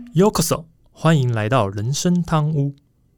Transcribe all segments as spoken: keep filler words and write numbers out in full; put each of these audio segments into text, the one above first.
Yokoso， 欢迎来到人生汤屋。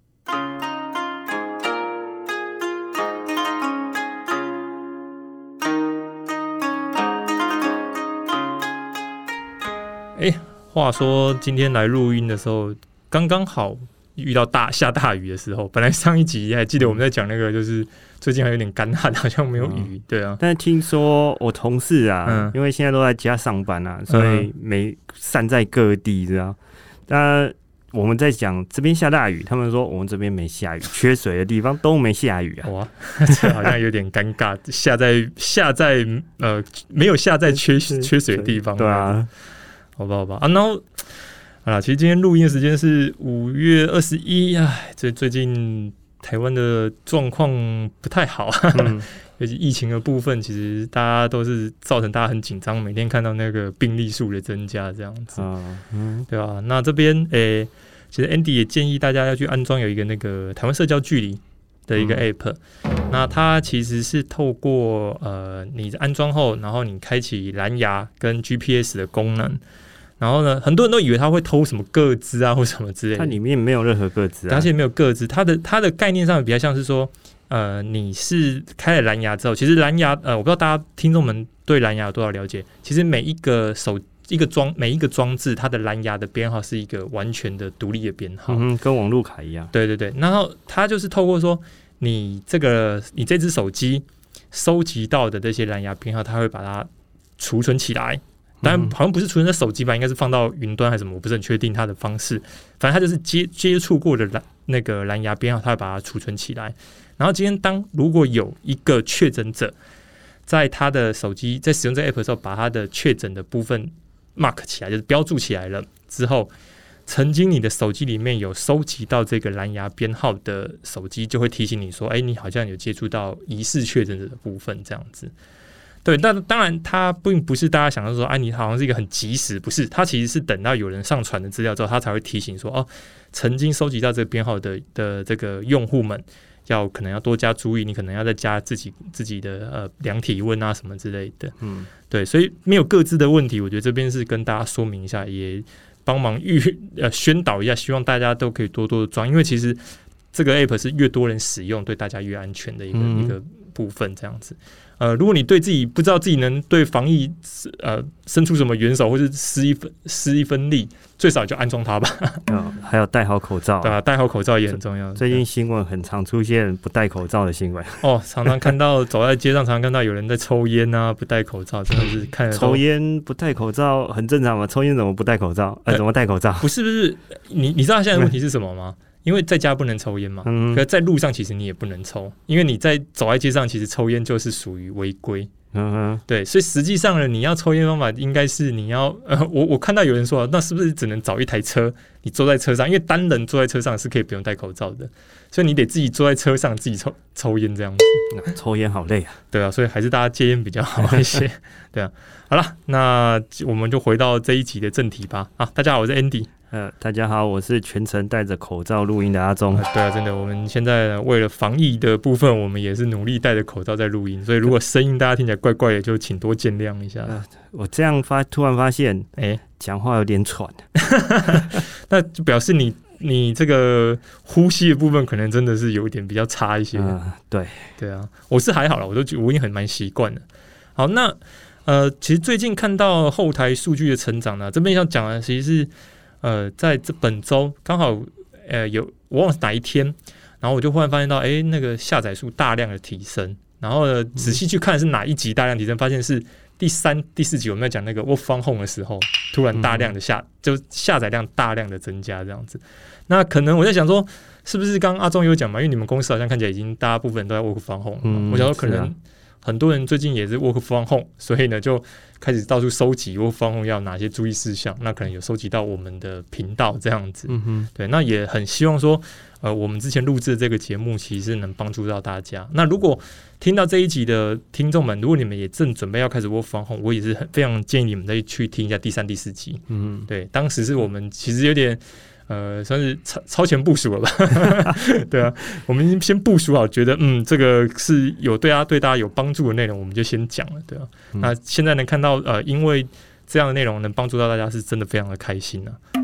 哎，话说今天来录音的时候，刚刚好遇到大下大雨的时候。本来上一集还记得我们在讲那个，就是最近还有点干旱，好像没有雨，嗯、对啊。 但是听说我同事啊，嗯、因为现在都在家上班啊，所以没散在各地，知道？那我们在讲这边下大雨，他们说我们这边没下雨，缺水的地方都没下雨啊。 哇，这好像有点尴尬，下在下在呃没有下在缺缺水的地方， 对啊。 好吧，好吧，啊，然后，好啦，其实今天录音的时间是五月二十一，哎，这最近台湾的状况不太好，嗯、尤其疫情的部分，其实大家都是造成大家很紧张，每天看到那个病例数的增加，这样子，嗯嗯、对吧？那这边，诶，其实 Andy 也建议大家要去安装有一个那个台湾社交距离的一个 App，、嗯、那它其实是透过呃你安装后，然后你开启蓝牙跟 G P S 的功能。然后呢，很多人都以为他会偷什么个资啊，或什么之类的。 它里面没有任何个资啊， 而且没有个资。它的它的概念上比较像是说，呃，你是开了蓝牙之后，其实蓝牙，呃，我不知道大家听众们对蓝牙有多少了解。其实每一个手一个装每一个装置，它的蓝牙的编号是一个完全的独立的编号， 嗯，跟网路卡一样。 对对对。然后它就是透过说，你这个你这只手机收集到的这些蓝牙编号，它会把它储存起来。当然，好像不是储存在手机吧，应该是放到云端还是什么，我不是很确定它的方式。反正它就是接接触过的蓝那个蓝牙编号，它会把它储存起来。然后今天当如果有一个确诊者在他的手机在使用这个 app 的时候，把他的确诊的部分 mark 起来，就是标注起来了之后，曾经你的手机里面有收集到这个蓝牙编号的手机，就会提醒你说，哎，你好像有接触到疑似确诊者的部分，这样子。对，但当然，它并不是大家想象说，哎、啊，你好像是一个很及时，不是，它其实是等到有人上传的资料之后，它才会提醒说，哦，曾经收集到这个编号的的这个用户们，要可能要多加注意，你可能要再加自己自己的呃量体温啊什么之类的，嗯，对，所以没有个资的问题，我觉得这边是跟大家说明一下，也帮忙预呃宣导一下，希望大家都可以多多的装，因为其实这个 app 是越多人使用，对大家越安全的一个、嗯、一个部分，这样子。呃，如果你对自己不知道自己能对防疫呃伸出什么援手，或是施一分施一分力，最少就安装它吧。 嗯，还有戴好口罩， 对啊，戴好口罩也很重要。 最近新闻很常出现不戴口罩的新闻。 哦，常常看到走在街上，常常看到有人在抽烟啊，不戴口罩，真的是看得到。 抽烟不戴口罩很正常嘛？抽烟怎么不戴口罩？呃，怎么戴口罩？ 不是不是，你你知道现在的问题是什么吗？因为在家不能抽烟嘛，嗯、可是在路上其实你也不能抽，因为你在走在街上，其实抽烟就是属于违规。嗯哼，对，所以实际上呢，你要抽烟方法应该是你要，呃，我我看到有人说，那是不是只能找一台车，你坐在车上，因为单人坐在车上是可以不用戴口罩的，所以你得自己坐在车上自己抽抽烟这样子。 嗯、抽烟好累啊， 对啊，所以还是大家戒烟比较好一些。对啊，好了，那我们就回到这一集的正题吧。啊，大家好，我是 Andy。 呃，大家好，我是全程戴着口罩录音的阿忠、 呃。对啊，真的，我们现在为了防疫的部分，我们也是努力戴着口罩在录音，所以如果声音大家听起来怪怪的，就请多见谅一下。呃、 我这样发突然发现，哎，讲话有点喘， 那就表示你你这个呼吸的部分可能真的是有一点比较差一些。 呃、对对啊，我是还好啦，我都我已经很蛮习惯了。好，那呃，其实最近看到后台数据的成长呢，这边要讲的其实是。呃，在这本周刚好，呃，有我忘了是哪一天，然后我就忽然发现到，哎，那个下载数大量的提升，然后呢，仔细去看是哪一集大量提升，发现是第三、第四集我们在讲那个 work from home 的时候，突然大量的下，就下载量大量的增加这样子。那可能我在想说，是不是刚刚阿忠有讲嘛？因为你们公司好像看起来已经大部分都在 work from home，、嗯、我想说可能很多人最近也是 work from home， 所以呢就开始到处收集 work from home 要哪些注意事项，那可能有收集到我们的频道这样子。嗯哼，对，那也很希望说，呃，我们之前录制的这个节目其实能帮助到大家。那如果听到这一集的听众们，如果你们也正准备要开始 work from home， 我也是很非常建议你们再去听一下第三、第四集。嗯，对，当时是我们其实有点。呃，算是超超前部署了吧？对啊，我们先部署好，觉得嗯，这个是有对啊对大家有帮助的内容，我们就先讲了，对啊。嗯、那现在能看到呃，因为这样的内容能帮助到大家，是真的非常的开心啊。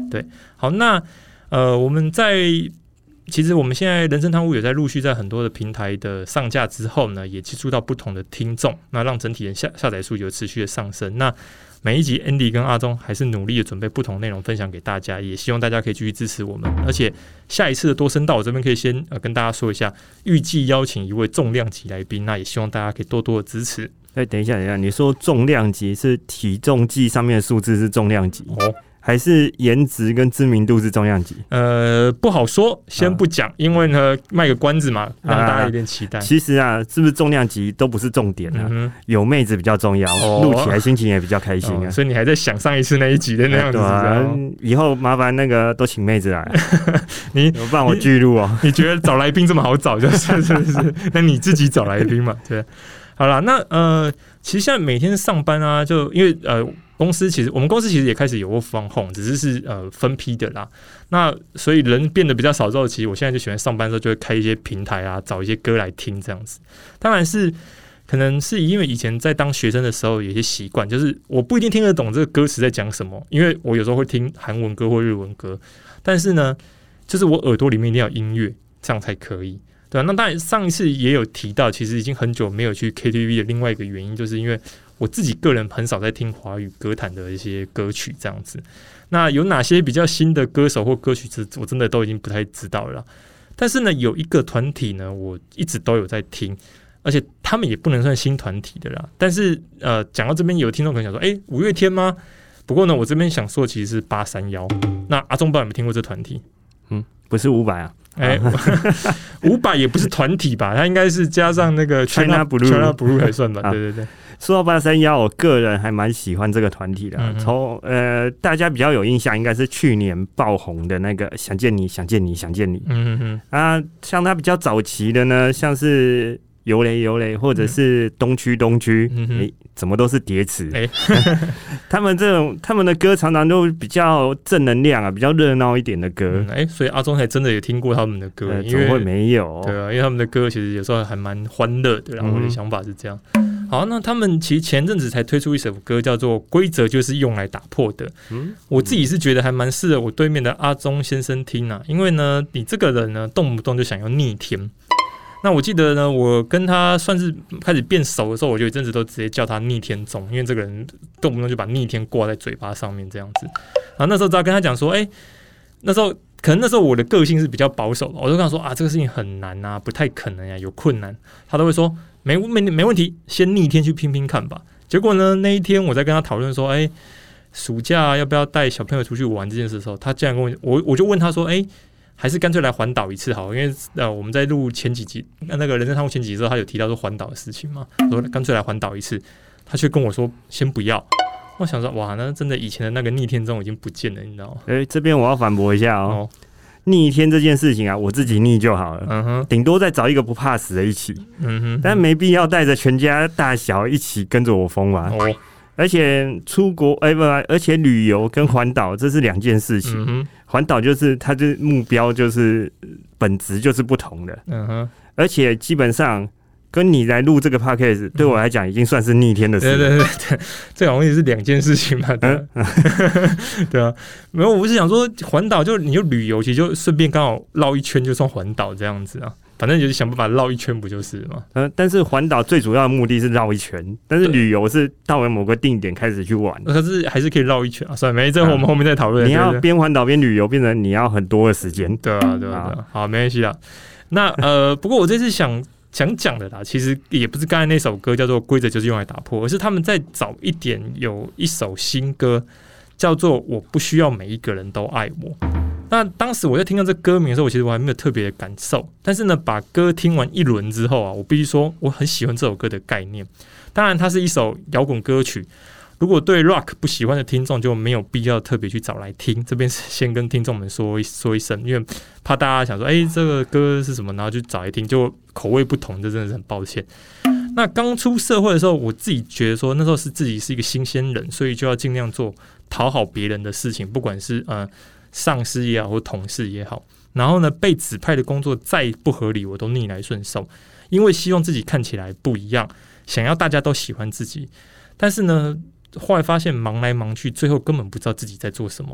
对，好，那呃，我们在其实我们现在人生汤屋有在陆续在很多的平台的上架之后呢，也接触到不同的听众，那让整体的下下载数有持续的上升。那每一集 Andy 跟阿忠还是努力的准备不同的内容分享给大家，也希望大家可以继续支持我们。而且下一次的多声道，我这边可以先、呃、跟大家说一下，预计邀请一位重量级来宾，那也希望大家可以多多的支持。 哎，等一下，等一下，你说重量级是体重计上面的数字是重量级哦？还是颜值跟知名度是重量级？ 呃，不好说，先不讲、啊，因为呢，卖个关子嘛，让大家有点期待。 啊、其实啊，是不是重量级都不是重点啊？嗯、有妹子比较重要，录、哦、起来心情也比较开心啊、哦。 所以你还在想上一次那一集的那样子、啊啊？以后麻烦那个都请妹子来，你不然我巨录哦。 你觉得找来宾这么好找，就是是不是？那你自己找来宾嘛，对。好啦，那呃，其实现在每天上班啊，就因为呃。公司其实我们公司其实也开始有 work from home， 只是是呃分批的啦。那所以人变得比较少之后，其实我现在就喜欢上班的时候就会开一些平台啊，找一些歌来听这样子。当然是可能是因为以前在当学生的时候有一些习惯，就是我不一定听得懂这个歌词在讲什么，因为我有时候会听韩文歌或日文歌，但是呢，就是我耳朵里面一定要有音乐，这样才可以。对啊，那当然上一次也有提到，其实已经很久没有去 K T V 的另外一个原因，就是因为我自己个人很少在听华语歌坛的一些歌曲这样子。那有哪些比较新的歌手或歌曲，我真的都已经不太知道了。但是呢，有一个团体呢，我一直都有在听，而且他们也不能算新团体的啦。但是呃，讲到这边，有听众可能想说，哎、欸，五月天吗？不过呢，我这边想说，其实是八三一。那阿忠不知道有没有听过这团体？ 嗯，不是伍佰啊。 哎、欸，伍佰也不是团体吧？他应该是加上那个 China Blue，China Blue 才算吧？对对对。 说到八三一，我个人还蛮喜欢这个团体的。从、嗯、呃，大家比较有印象，应该是去年爆红的那个《想见你，想见你，想见你》。嗯嗯嗯。啊，像他比较早期的呢，像是游雷游雷，或者是东区东区，哎、嗯欸，怎么都是叠词。哎、欸，他们这种他们的歌常常都比较正能量啊，比较热闹一点的歌。 哎、嗯欸，所以阿忠还真的也听过他们的歌， 呃、怎么会没有？ 对啊，因为他们的歌其实有时候还蛮欢乐的。然后我的想法是这样。好，那他们其实前阵子才推出一首歌，叫做《规则就是用来打破的》。嗯，我自己是觉得还蛮适合我对面的阿忠先生听啊，因为呢，你这个人呢，动不动就想要逆天。那我记得呢，我跟他算是开始变熟的时候，我就有一阵子都直接叫他逆天宗，因为这个人动不动就把逆天挂在嘴巴上面这样子。然后那时候只要跟他讲说，哎、欸，那时候可能那时候我的个性是比较保守的，我就跟他说啊，这个事情很难啊，不太可能呀、啊，有困难，他都会说。没没没问题，先逆天去拼拼看吧。结果呢，那一天我在跟他讨论说，哎、欸，暑假要不要带小朋友出去玩这件事的时候，他竟然跟我，我我就问他说，哎、欸，还是干脆来环岛一次好了，因为呃我们在录前几集那个人生汤屋前几集的时候，他有提到说环岛的事情嘛，说干脆来环岛一次，他却跟我说先不要。我想说，哇，那真的以前的那个逆天宗已经不见了，你知道吗？ 哎、欸，这边我要反驳一下哦。哦逆天这件事情啊，我自己逆就好了，嗯哼，顶多再找一个不怕死的一起，嗯哼，但没必要带着全家大小一起跟着我疯吧。哦，而且出国，哎、欸、不，而且旅游跟环岛这是两件事情。环、嗯、岛就是它的目标就是本质就是不同的，嗯哼，而且基本上。跟你来录这个 podcast 对我来讲已经算是逆天的事了。 对对对对，这好像也是两件事情嘛。对啊，嗯、对啊，没有，我是想说环岛就你就旅游，其实就顺便刚好绕一圈就算环岛这样子啊。反正就是想办法绕一圈不就是嘛。 嗯，但是环岛最主要的目的是绕一圈，但是旅游是到了某个定点开始去玩。 可是还是可以绕一圈啊。算了，没这我们后面再讨论、啊。 你要边环岛边旅游，变成你要很多的时间。 对啊，对啊，对啊。好，没关系啦。那呃，不过我这次想。想讲的啦，其实也不是刚才那首歌叫做《规则就是用来打破》，而是他们再早一点有一首新歌叫做《我不需要每一个人都爱我》。那当时我在听到这歌名的时候，我其实我还没有特别的感受，但是呢，把歌听完一轮之后啊，我必须说我很喜欢这首歌的概念。当然，它是一首摇滚歌曲。如果对 rock 不喜欢的听众就没有必要特别去找来听，这边先跟听众们说一说一声，因为怕大家想说，哎、欸，这个歌是什么，然后去找来听，就口味不同，这真的是很抱歉。那刚出社会的时候，我自己觉得说，那时候是自己是一个新鲜人，所以就要尽量做讨好别人的事情，不管是呃上司也好或同事也好。然后呢，被指派的工作再不合理，我都逆来顺受，因为希望自己看起来不一样，想要大家都喜欢自己。但是呢，后来发现忙来忙去，最后根本不知道自己在做什么。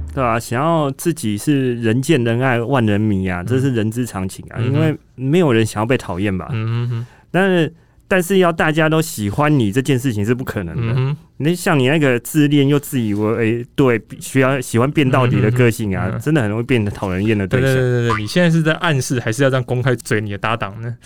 对啊，想要自己是人见人爱万人迷啊，这是人之常情啊，嗯、因为没有人想要被讨厌吧。嗯哼，但是但是要大家都喜欢你这件事情是不可能的。嗯、你像你那个自恋又自以为对需要喜欢变到底的个性啊，嗯、真的很容易变得讨人厌的对象。 对对对对，你现在是在暗示还是要这样公开追你的搭档呢？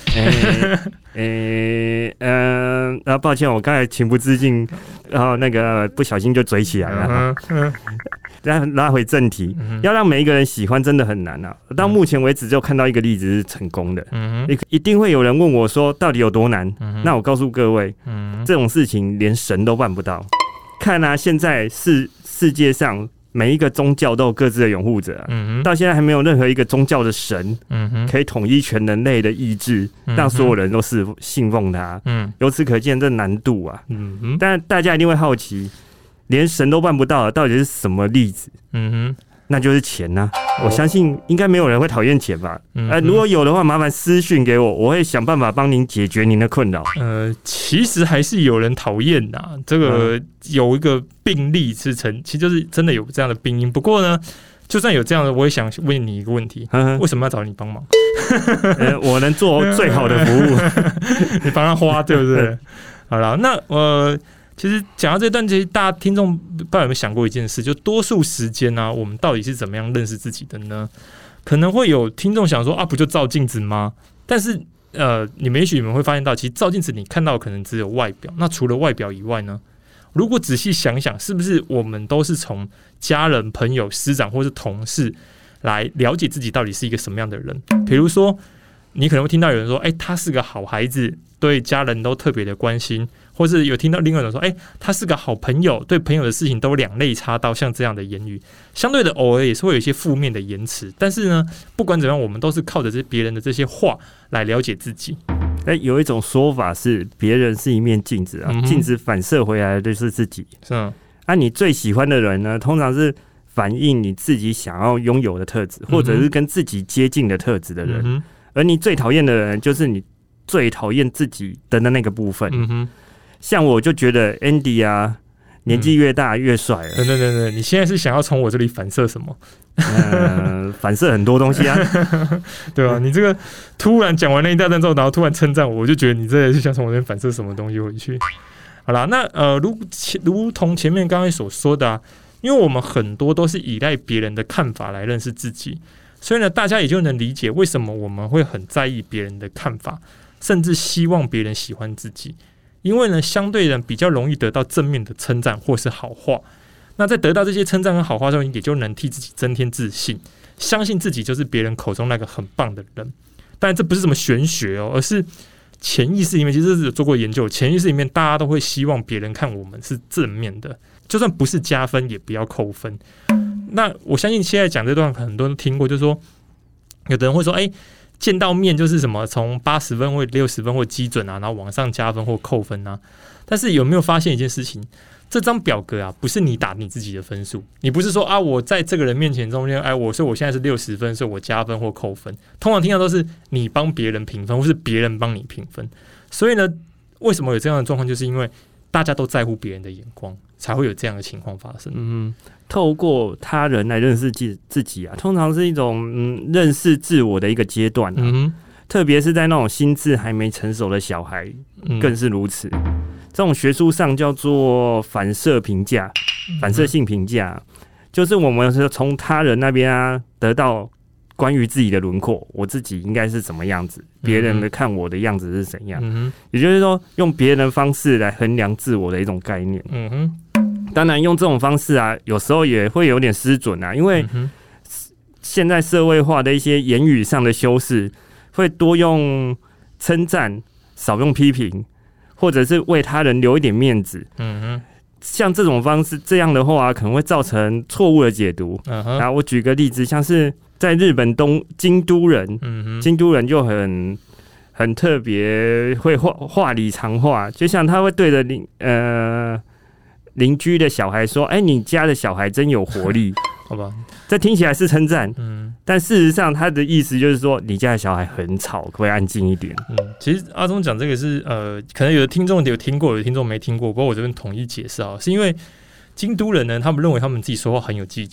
诶诶呃，啊，抱歉，我刚才情不自禁，然后那个不小心就追起来了。嗯嗯拉拉回正题，嗯、要让每一个人喜欢真的很难啊！到目前为止，只有看到一个例子是成功的。嗯、一定会有人问我说，到底有多难？嗯、那我告诉各位，嗯、这种事情连神都办不到。看啊，现在是世界上每一个宗教都有各自的拥护者、啊，嗯、到现在还没有任何一个宗教的神，嗯、可以统一全人类的意志，嗯、让所有人都是信奉他。嗯、由此可见，这难度啊！嗯、但大家一定会好奇。连神都办不到的，到底是什么例子？嗯哼，那就是钱呐、啊。我相信应该没有人会讨厌钱吧？嗯、呃，如果有的话，麻烦私讯给我，我会想办法帮您解决您的困扰。 呃，其实还是有人讨厌的。这个有一个病例是成，其实就是真的有这样的病因。不过呢，就算有这样的，我也想问你一个问题：呵呵为什么要找你帮忙？ 呃，我能做最好的服务， 你帮他花，对不对？好了，那呃。其实讲到这段，其实大家听众不知道有没有想过一件事，就多数时间呢、啊，我们到底是怎么样认识自己的呢？可能会有听众想说啊，不就照镜子吗？但是呃，你们也许你们会发现到，其实照镜子你看到的可能只有外表。那除了外表以外呢？如果仔细想想，是不是我们都是从家人、朋友、师长或是同事来了解自己到底是一个什么样的人？比如说，你可能会听到有人说，哎、欸，他是个好孩子，对家人都特别的关心。或是有听到另外一种说，哎、欸，他是个好朋友，对朋友的事情都两肋插刀，像这样的言语，相对的偶尔也是会有一些负面的言辞。但是呢，不管怎样，我们都是靠着这别人的这些话来了解自己。 哎、欸，有一种说法是，别人是一面镜子啊，镜、嗯、子反射回来的就是自己。是啊，啊，你最喜欢的人呢，通常是反映你自己想要拥有的特质，或者是跟自己接近的特质的人。嗯、而你最讨厌的人，就是你最讨厌自己的那个部分。嗯哼。像我就觉得 Andy 啊，年纪越大越帅了。 对对对对，你现在是想要从我这里反射什么？ 呃，反射很多东西啊， 对吧、啊？你这个突然讲完那一大段之后，然后突然称赞我，我就觉得你这是想从我这边反射什么东西回去。好啦，那呃，如如同前面刚才所说的啊，因为我们很多都是依赖别人的看法来认识自己，所以呢，大家也就能理解为什么我们会很在意别人的看法，甚至希望别人喜欢自己。因为呢，相对人比较容易得到正面的称赞或是好话。那在得到这些称赞和好话之后，也就能替自己增添自信，相信自己就是别人口中那个很棒的人。当然，这不是什么玄学哦，而是潜意识里面，其实是有做过研究，潜意识里面大家都会希望别人看我们是正面的，就算不是加分，也不要扣分。那我相信现在讲这段很多人都听过，就是说，有的人会说，哎、欸。见到面就是什么从八十分或六十分或基准啊，然后往上加分或扣分啊。但是有没有发现一件事情？这张表格啊，不是你打你自己的分数，你不是说啊，我在这个人面前中间，哎，我说我现在是六十分，所以我加分或扣分。通常听到都是你帮别人评分，或是别人帮你评分。所以呢，为什么有这样的状况？就是因为大家都在乎别人的眼光，才会有这样的情况发生。 嗯，透过他人来认识自自己啊，通常是一种嗯认识自我的一个阶段啊。嗯，特别是在那种心智还没成熟的小孩，更是如此。嗯、这种学术上叫做反射评价、反射性评价，就是我们是从他人那边啊得到关于自己的轮廓，我自己应该是怎么样子，别人的看我的样子是怎样。嗯、也就是说，用别人的方式来衡量自我的一种概念。嗯哼。当然，用这种方式啊，有时候也会有点失准啊，因为现在社会化的一些言语上的修饰，会多用称赞，少用批评，或者是为他人留一点面子。嗯哼，像这种方式，这样的话、啊、可能会造成错误的解读。嗯哼，然后我举个例子，像是在日本东京都人，嗯哼，京都人就很很特别，会话话里藏话，就像他会对着邻呃。邻居的小孩说：“哎、欸，你家的小孩真有活力。”好吧，这听起来是称赞，嗯，但事实上他的意思就是说，你家的小孩很吵，可不可以安静一点？ 嗯，其实阿忠讲这个是呃，可能有的听众有听过，有的听众没听过，不过我这边统一解释啊，是因为京都人呢，他们认为他们自己说话很有技巧，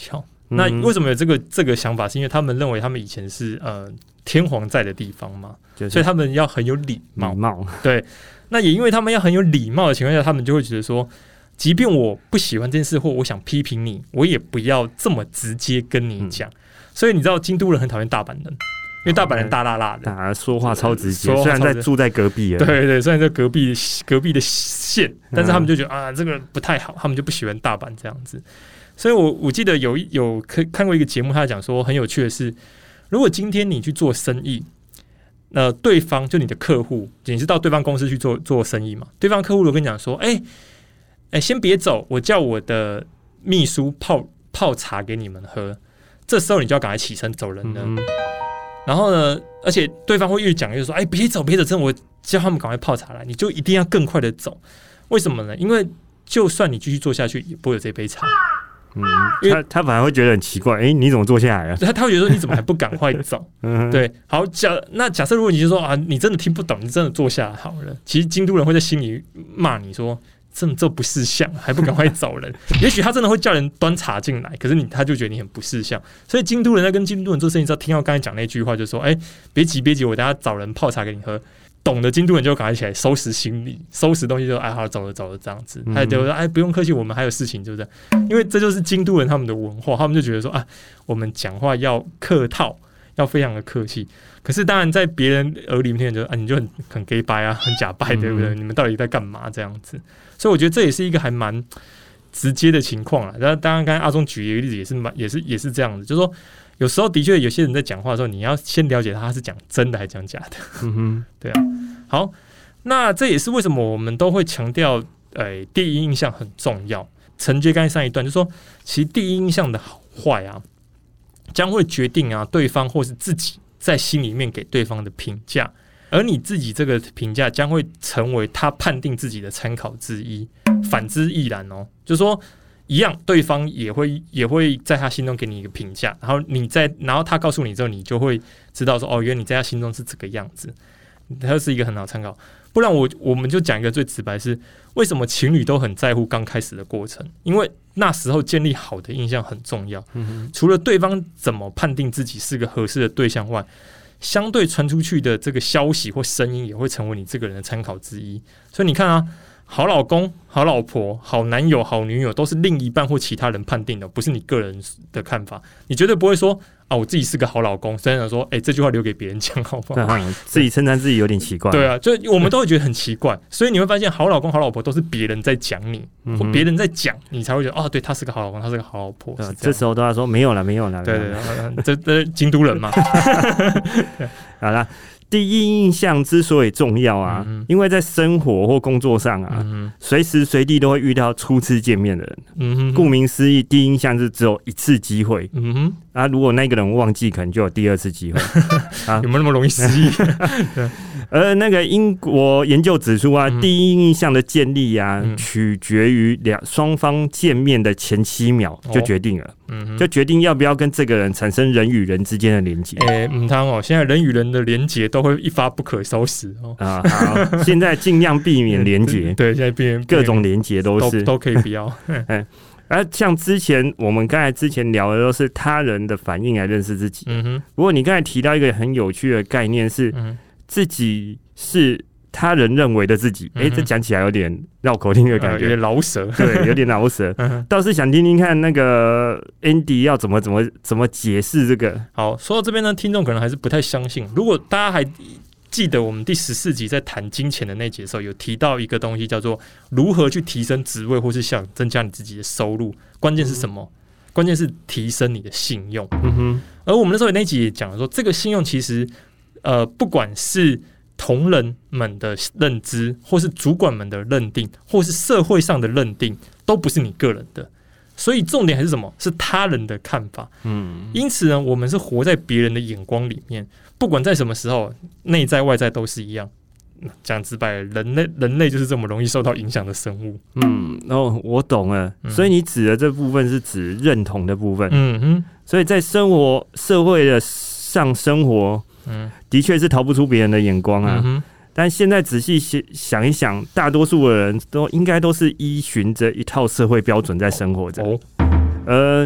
那为什么有这个这个想法？是因为他们认为他们以前是呃天皇在的地方嘛，就是、所以他们要很有礼貌。 礼貌对，那也因为他们要很有礼貌的情况下，他们就会觉得说，即便我不喜欢这件事或我想批评你，我也不要这么直接跟你讲。嗯、所以你知道京都人很讨厌大阪人，因为大阪人大辣辣的， 啊，说话超直接。虽然在住在隔壁， 对对，虽然在隔壁隔壁的县，但是他们就觉得啊，这个不太好，他们就不喜欢大阪这样子。所以我我记得有有看过一个节目，他讲说很有趣的是，如果今天你去做生意，那对方就你的客户，你是到对方公司去做做生意嘛？对方客户如果跟你讲说，哎、欸、哎、欸，先别走，我叫我的秘书泡泡茶给你们喝，这时候你就要赶快起身走人了。嗯、然后呢，而且对方会越讲越说，哎、欸，别走别走，真的我叫他们赶快泡茶来，你就一定要更快的走。为什么呢？因为就算你继续做下去，也不会有这杯茶。 嗯，他他反而会觉得很奇怪，哎、欸，你怎么坐下来了？ 他他会觉得说你怎么还不赶快走？嗯、对，好假那假设如果你就说啊，你真的听不懂，你真的坐下来好了。其实京都人会在心里骂你说，这这不识相，还不赶快走人？也许他真的会叫人端茶进来，可是你他就觉得你很不识相。所以京都人在跟京都人做生意之后，听到刚才讲那句话，就说，哎、欸，别急别急，我等下找人泡茶给你喝。懂的京都人就赶快起来收拾行李，收拾东西就哎好走了走了这样子，他就说哎不用客气，我们还有事情，就是因为这就是京都人他们的文化，他们就觉得说啊，我们讲话要客套，要非常的客气。可是当然在别人耳里面就啊，你就很很 gay 掰啊，很假掰，对不对？你们到底在干嘛这样子？所以我觉得这也是一个还蛮直接的情况啦。然后当然刚才阿忠举一个例子也是蛮也是也是这样子，就是说。有时候的确有些人在讲话的时候，你要先了解他是讲真的还是讲假的。嗯哼，对啊。好，那这也是为什么我们都会强调，呃，第一印象很重要。承接刚才上一段，就是说，其实第一印象的好坏啊，将会决定啊对方或是自己在心里面给对方的评价，而你自己这个评价将会成为他判定自己的参考之一。反之亦然哦，就是说。一样，对方也会也会在他心中给你一个评价，然后你在，然后他告诉你之后，你就会知道说，哦，原来你在他心中是这个样子，它是一个很好参考。不然我我们就讲一个最直白是，为什么情侣都很在乎刚开始的过程？因为那时候建立好的印象很重要。嗯、除了对方怎么判定自己是个合适的对象外，相对传出去的这个消息或声音也会成为你这个人的参考之一。所以你看啊。好老公、好老婆、好男友、好女友，都是另一半或其他人判定的，不是你个人的看法。你绝对不会说啊，我自己是个好老公，虽然说，哎、欸，这句话留给别人讲，好不好？ 自己称赞自己有点奇怪。 对啊，就我们都会觉得很奇怪，所以你会发现，好老公、好老婆都是别人在讲你，嗯、或别人在讲，你才会觉得，哦，对，他是个好老公，他是个好老婆。 这, 这时候都要说没有了，没有了。 对对对，这这京都人嘛。 好啦。第一印象之所以重要啊，嗯、因为在生活或工作上啊，随、嗯、时随地都会遇到初次见面的人。嗯、顾名思义，第一印象是只有一次机会。嗯、啊，如果那个人忘记，可能就有第二次机会。啊、 有没有那么容易失忆？ 而那个英国研究指出啊，嗯、第一印象的建立啊，嗯、取决于两双方见面的前七秒就决定了。哦嗯、就决定要不要跟这个人产生人与人之间的连结。 哎、欸，嗯，他哦，现在人与人的连结都会一发不可收拾哦。 啊，好，现在尽量避免连结。 对，现在避免各种连结都是都, 都可以不要。 哎，而像之前我们刚才之前聊的都是他人的反应来认识自己。嗯哼。不过你刚才提到一个很有趣的概念是，嗯、自己是。他人认为的自己，哎、欸，这讲起来有点绕口令的感觉，呃、 有点老舍， 对，有点老舍。倒是想听听看那个 Andy 要怎么怎么怎么解释这个。 好，说到这边呢，听众可能还是不太相信。如果大家还记得我们第十四集在谈金钱的那集的时候，有提到一个东西叫做如何去提升职位，或是想增加你自己的收入，关键是什么？嗯、关键是提升你的信用。嗯哼。而我们那时候那集也讲了说，这个信用其实，呃，不管是同仁们的认知，或是主管们的认定，或是社会上的认定，都不是你个人的。所以重点还是什么？是他人的看法。嗯，因此呢，我们是活在别人的眼光里面，不管在什么时候，内在外在都是一样。讲直白了，人类人类就是这么容易受到影响的生物。嗯， 哦，我懂了。嗯、所以你指的这部分是指认同的部分。嗯哼。所以在生活社会的上生活。嗯，的确是逃不出别人的眼光啊。嗯、但现在仔细想一想，大多数的人都应该都是依循着一套社会标准在生活着。哦，呃，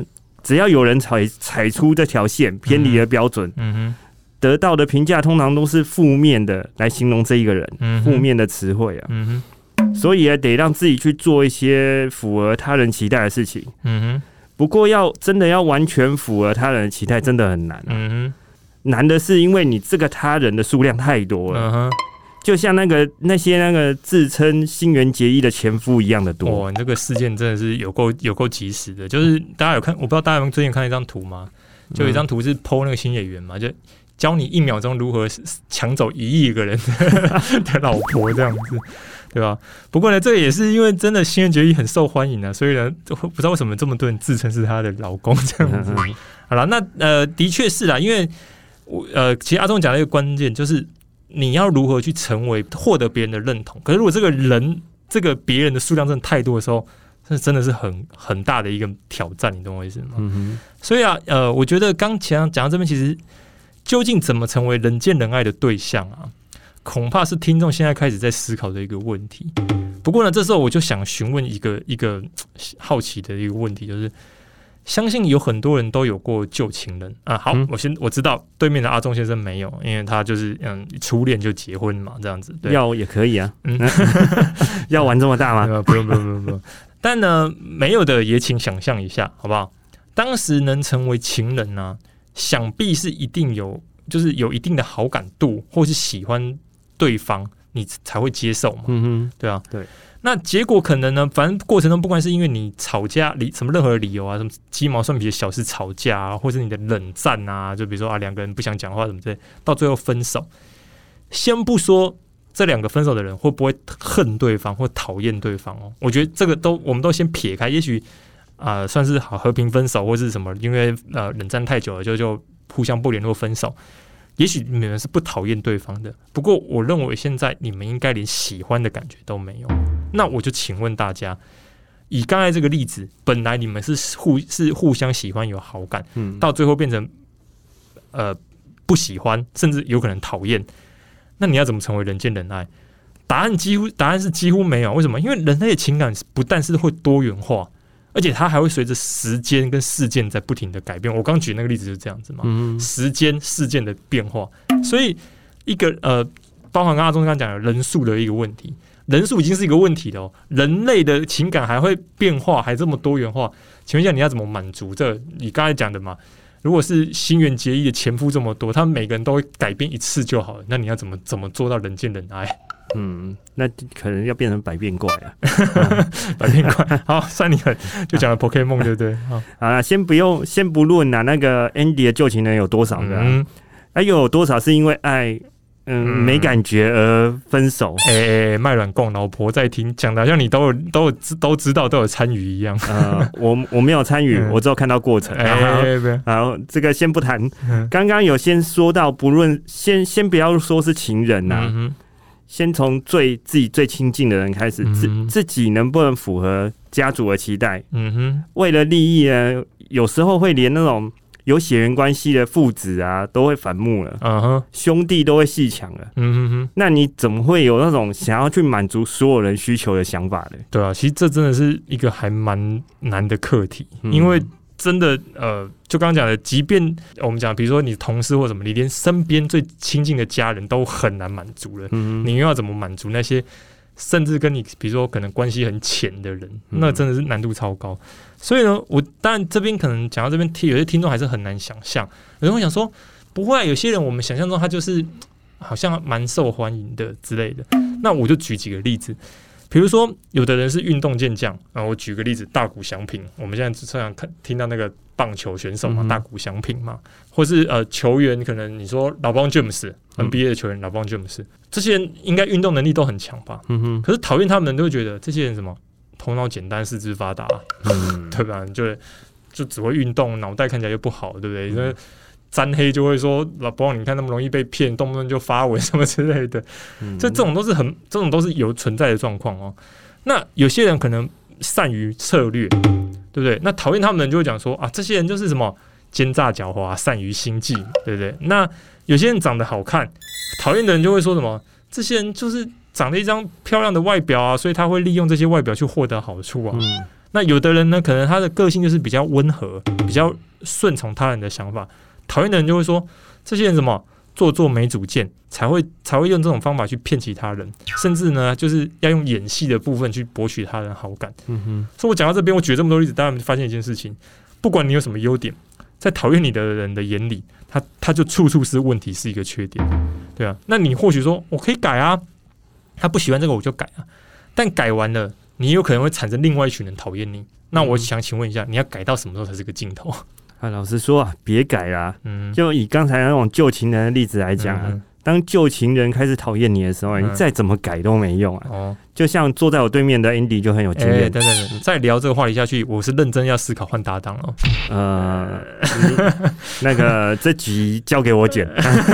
只要有人踩踩出这条线，偏离了标准，嗯哼，得到的评价通常都是负面的来形容这一个人，负、嗯、面的词汇啊，嗯哼，所以得让自己去做一些符合他人期待的事情，嗯哼。不过要真的要完全符合他人的期待，真的很难、啊，嗯哼。难的是因为你这个他人的数量太多了，嗯哼。就像那个那些那个自称新垣结衣的前夫一样的多。 哇，你这个事件真的是有够有够及时的。就是大家有看，我不知道大家有没有最近看一张图吗？就有一张图是 po 那个新演员嘛，就教你一秒钟如何抢走一亿个人的老婆这样子，对吧？不过呢，这个也是因为真的新垣结衣很受欢迎啊，所以呢，不知道为什么这么多人自称是她的老公这样子。好了，那呃，的确是啦，因为我呃，其实阿忠讲的一个关键就是。你要如何去成为获得别人的认同？可是如果这个人这个别人的数量真的太多的时候，这真的是很很大的一个挑战，你懂我意思吗？嗯、所以啊，呃，我觉得刚前讲到这边，其实究竟怎么成为人见人爱的对象啊？恐怕是听众现在开始在思考的一个问题。不过呢，这时候我就想询问一个一个好奇的一个问题，就是。相信有很多人都有过旧情人啊。好，嗯、我先我知道对面的阿忠先生没有，因为他就是嗯初恋就结婚嘛，这样子。对要也可以啊，嗯、要玩这么大吗？ 不用不用不用不用。但呢，没有的也请想象一下，好不好？当时能成为情人呢、啊，想必是一定有，就是有一定的好感度，或是喜欢对方，你才会接受嘛。嗯哼，对啊， 对。 那结果可能呢，反正过程中不管是因为你吵架理什么任何的理由啊，什么鸡毛蒜皮的小事吵架啊，或是你的冷战啊，就比如说啊两个人不想讲话什么之类，到最后分手。先不说这两个分手的人会不会恨对方或讨厌对方哦，我觉得这个都我们都先撇开，也许啊、呃、算是好和平分手或是什么，因为呃冷战太久了就就互相不联络分手。也许你们是不讨厌对方的，不过我认为现在你们应该连喜欢的感觉都没有。那我就请问大家，以刚才这个例子，本来你们是互是互相喜欢有好感，嗯、到最后变成呃不喜欢，甚至有可能讨厌，那你要怎么成为人见人爱？答案几乎答案是几乎没有。为什么？因为人类的情感不但是会多元化。而且它还会随着时间跟事件在不停的改变。我刚举那个例子就是这样子嘛，嗯、时间事件的变化，所以一个呃，包含刚刚阿忠刚讲的人数的一个问题，人数已经是一个问题了哦。人类的情感还会变化，还这么多元化，请问一下你要怎么满足这个？你刚才讲的嘛，如果是新垣结衣的前夫这么多，他们每个人都会改变一次就好了，那你要怎么怎么做到人见人爱？ 嗯，那可能要变成百变怪啊！ 百变怪，好，算你狠，就讲了 Pokemon 对不对？好， 好啦，先不用，先不论啊，那个 Andy 的旧情人有多少个、啊？嗯，哎、啊，又有多少是因为爱，嗯，嗯没感觉而分手？ 哎、欸，卖卵供，老婆在听，讲的好像你都有都有都知道，都有参与一样。 呃，我我没有参与，嗯、我只有看到过程。哎、欸，好，这个先不谈。刚刚有先说到，不论先先不要说是情人呐、啊。嗯先从最自己最亲近的人开始，自、嗯、自己能不能符合家族的期待？嗯哼，为了利益呢，有时候会连那种有血缘关系的父子啊，都会反目了。嗯哼，兄弟都会戏抢了。嗯哼哼，那你怎么会有那种想要去满足所有人需求的想法呢？ 对啊，其实这真的是一个还蛮难的课题，嗯、因为。真的，呃，就刚刚讲的，即便我们讲，比如说你同事或什么，你连身边最亲近的家人都很难满足了，嗯、你又要怎么满足那些甚至跟你比如说可能关系很浅的人，嗯、那真的是难度超高。所以呢，我当然这边可能讲到这边，有些听众还是很难想象。有人会想说，不会、啊，有些人我们想象中他就是好像蛮受欢迎的之类的。那我就举几个例子。比如说，有的人是运动健将啊，我举个例子，大谷翔平，我们现在常常看听到那个棒球选手嘛，嗯、大谷翔平嘛，或是呃球员，可能你说老邦 James，N B A 的球员老邦 James，这些人应该运动能力都很强吧？嗯哼。可是讨厌他们的人都会觉得这些人什么头脑简单、四肢发达，嗯、对吧？就就只会运动，脑袋看起来又不好，对不对？因为、嗯沾黑就会说老包，你看那么容易被骗，动不动就发文什么之类的，嗯、所以这种都是很，这种都是有存在的状况哦。那有些人可能善于策略，对不对？那讨厌他们的人就会讲说啊，这些人就是什么奸诈狡猾、善于心计，对不对？那有些人长得好看，讨厌的人就会说什么，这些人就是长了一张漂亮的外表啊，所以他会利用这些外表去获得好处啊。嗯那有的人呢，可能他的个性就是比较温和，比较顺从他人的想法。讨厌的人就会说，这些人什么做作没主见，才会才会用这种方法去骗其他人，甚至呢，就是要用演戏的部分去博取他人好感。嗯哼，所以我讲到这边，我举了这么多例子，大家发现一件事情：不管你有什么优点，在讨厌你的人的眼里，他他就处处是问题，是一个缺点，对啊。那你或许说我可以改啊，他不喜欢这个我就改啊，但改完了。你有可能会产生另外一群人讨厌你，那我想请问一下，你要改到什么时候才是个尽头？ 啊，老实说啊，别改啦。嗯，就以刚才那种旧情人的例子来讲啊，嗯、当旧情人开始讨厌你的时候，嗯、你再怎么改都没用啊。哦，就像坐在我对面的 Andy 就很有经验。 等等等，再聊这个话题下去，我是认真要思考换搭档了。 呃，那个这集交给我剪。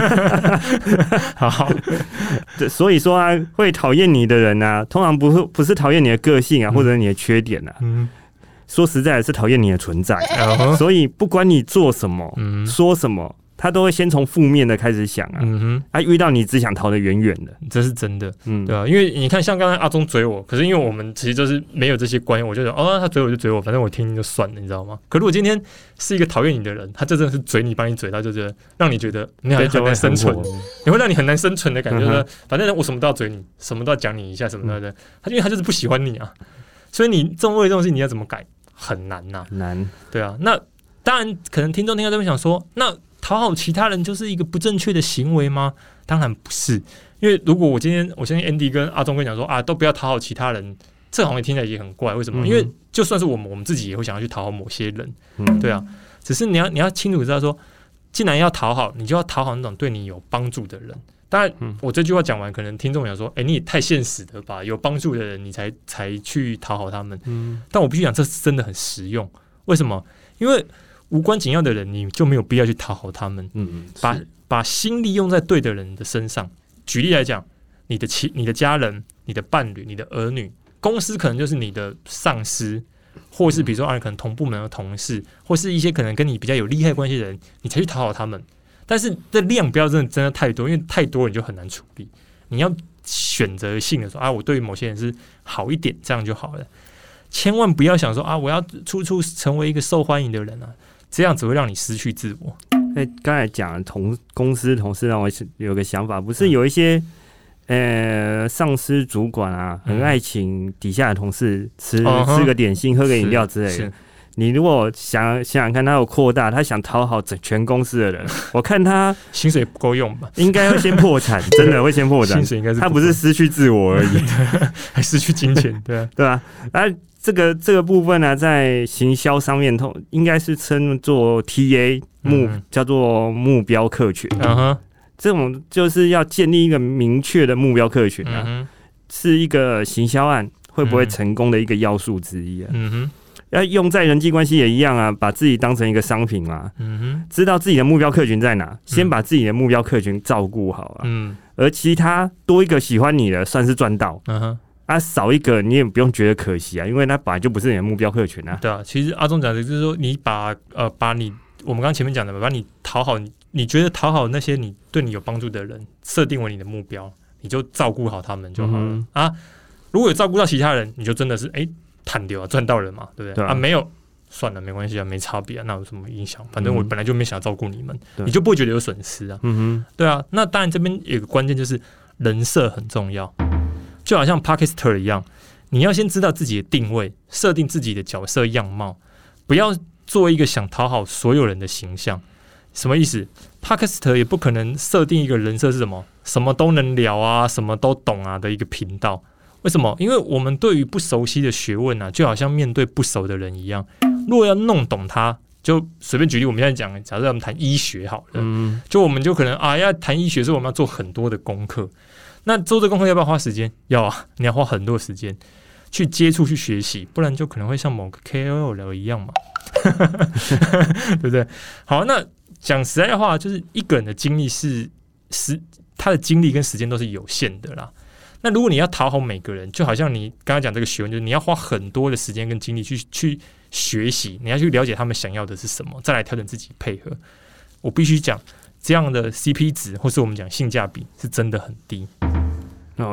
好， 所以说啊，会讨厌你的人啊，通常不是不是讨厌你的个性啊，或者你的缺点啊。嗯，说实在的是讨厌你的存在。Uh-huh. 所以不管你做什么、嗯、说什么，他都会先从负面的开始想啊。嗯哼，啊，遇到你只想逃得远远的， 这是真的。嗯，对啊，因为你看，像刚才阿忠追我，可是因为我们其实就是没有这些关系，我就觉得哦，他追我就追我，反正我听听就算了，你知道吗？可如果今天是一个讨厌你的人，他真的是追你，把你追，他就觉得让你觉得你很很难生存，你会让你很难生存的感觉，就是反正我什么都要追你，什么都要讲你一下，什么的。他因为他就是不喜欢你啊，所以你这种为这种事情你要怎么改很难呐、啊， 难。 对啊，那当然可能听众听到这边想说，那讨好其他人就是一个不正确的行为吗？当然不是，因为如果我今天我相信 Andy 跟阿忠跟讲说啊，都不要讨好其他人，这好像听起来也很怪。为什么？嗯、因为就算是我们，我们自己也会想要去讨好某些人，嗯、对啊。只是你要你要清楚知道说，既然要讨好，你就要讨好那种对你有帮助的人。当然，我这句话讲完，可能听众想说，哎、欸，你也太现实了吧？有帮助的人，你才才去讨好他们。嗯、但我必须讲，这是真的很实用。为什么？因为无关紧要的人，你就没有必要去讨好他们。嗯，把把心力用在对的人的身上。举例来讲，你的妻、你的家人、你的伴侣、你的儿女，公司可能就是你的上司，或是比如说啊，可能同部门的同事，或是一些可能跟你比较有利害关系的人，你才去讨好他们。但是这量不要真的真的太多，因为太多你就很难处理。你要选择性的说啊，我对于某些人是好一点，这样就好了。千万不要想说啊，我要处处成为一个受欢迎的人啊。这样只会让你失去自我。 哎，刚才讲同公司同事让我有个想法，不是有一些、嗯、呃上司主管啊，很爱请底下的同事吃、嗯、吃个点心、喝个饮料之类的。你如果想想想看，他有扩大，他想讨好整全公司的人，我看他薪水不够用吧？ 应该会先破产，真的会先破产。 薪水应该是他不是失去自我而已， 还失去金钱，对啊， 对啊。啊这个这个部分呢、啊，在行销上面，通应该是称作 T A 目、嗯，叫做目标客群。嗯哼，这种就是要建立一个明确的目标客群啊，嗯、是一个行销案会不会成功的一个要素之一啊。嗯哼，要用在人际关系也一样啊，把自己当成一个商品嘛。嗯哼，知道自己的目标客群在哪，先把自己的目标客群照顾好啊。嗯，而其他多一个喜欢你的，算是赚到。嗯哼。啊，少一个你也不用觉得可惜啊，因为那本来就不是你的目标客群啊。 对啊，其实阿忠讲的就是说，你把呃把你我们刚刚前面讲的，把你讨好你，你觉得讨好那些你对你有帮助的人，设定为你的目标，你就照顾好他们就好了、嗯、啊。如果有照顾到其他人，你就真的是哎坦掉啊，赚到人嘛，对不对？对 啊, 啊，没有算了，没关系啊，没差别啊，那有什么影响？反正我本来就没想要照顾你们、嗯，你就不会觉得有损失啊。嗯哼，对啊。那当然这边有个关键就是人设很重要，就好像 Podcaster 一样。你要先知道自己的定位，设定自己的角色样貌，不要做一个想讨好所有人的形象。什么意思 ？Podcast 也不可能设定一个人设是什么，什么都能聊啊，什么都懂啊的一个频道。为什么？因为我们对于不熟悉的学问啊，就好像面对不熟的人一样。如果要弄懂它，就随便举例，我们现在讲，假设我们谈医学好了，嗯、就我们就可能啊，要谈医学，所以我们要做很多的功课。那做这功课要不要花时间？要啊，你要花很多时间去接触、去学习，不然就可能会像某个 K O L 一样嘛，对不对？好，那讲实在话，就是一个人的精力是时，他的精力跟时间都是有限的啦。那如果你要讨好每个人，就好像你刚刚讲这个学问，就是你要花很多的时间跟精力去去学习，你要去了解他们想要的是什么，再来调整自己配合。我必须讲，这样的 C P 值，或是我们讲性价比，是真的很低。 哦，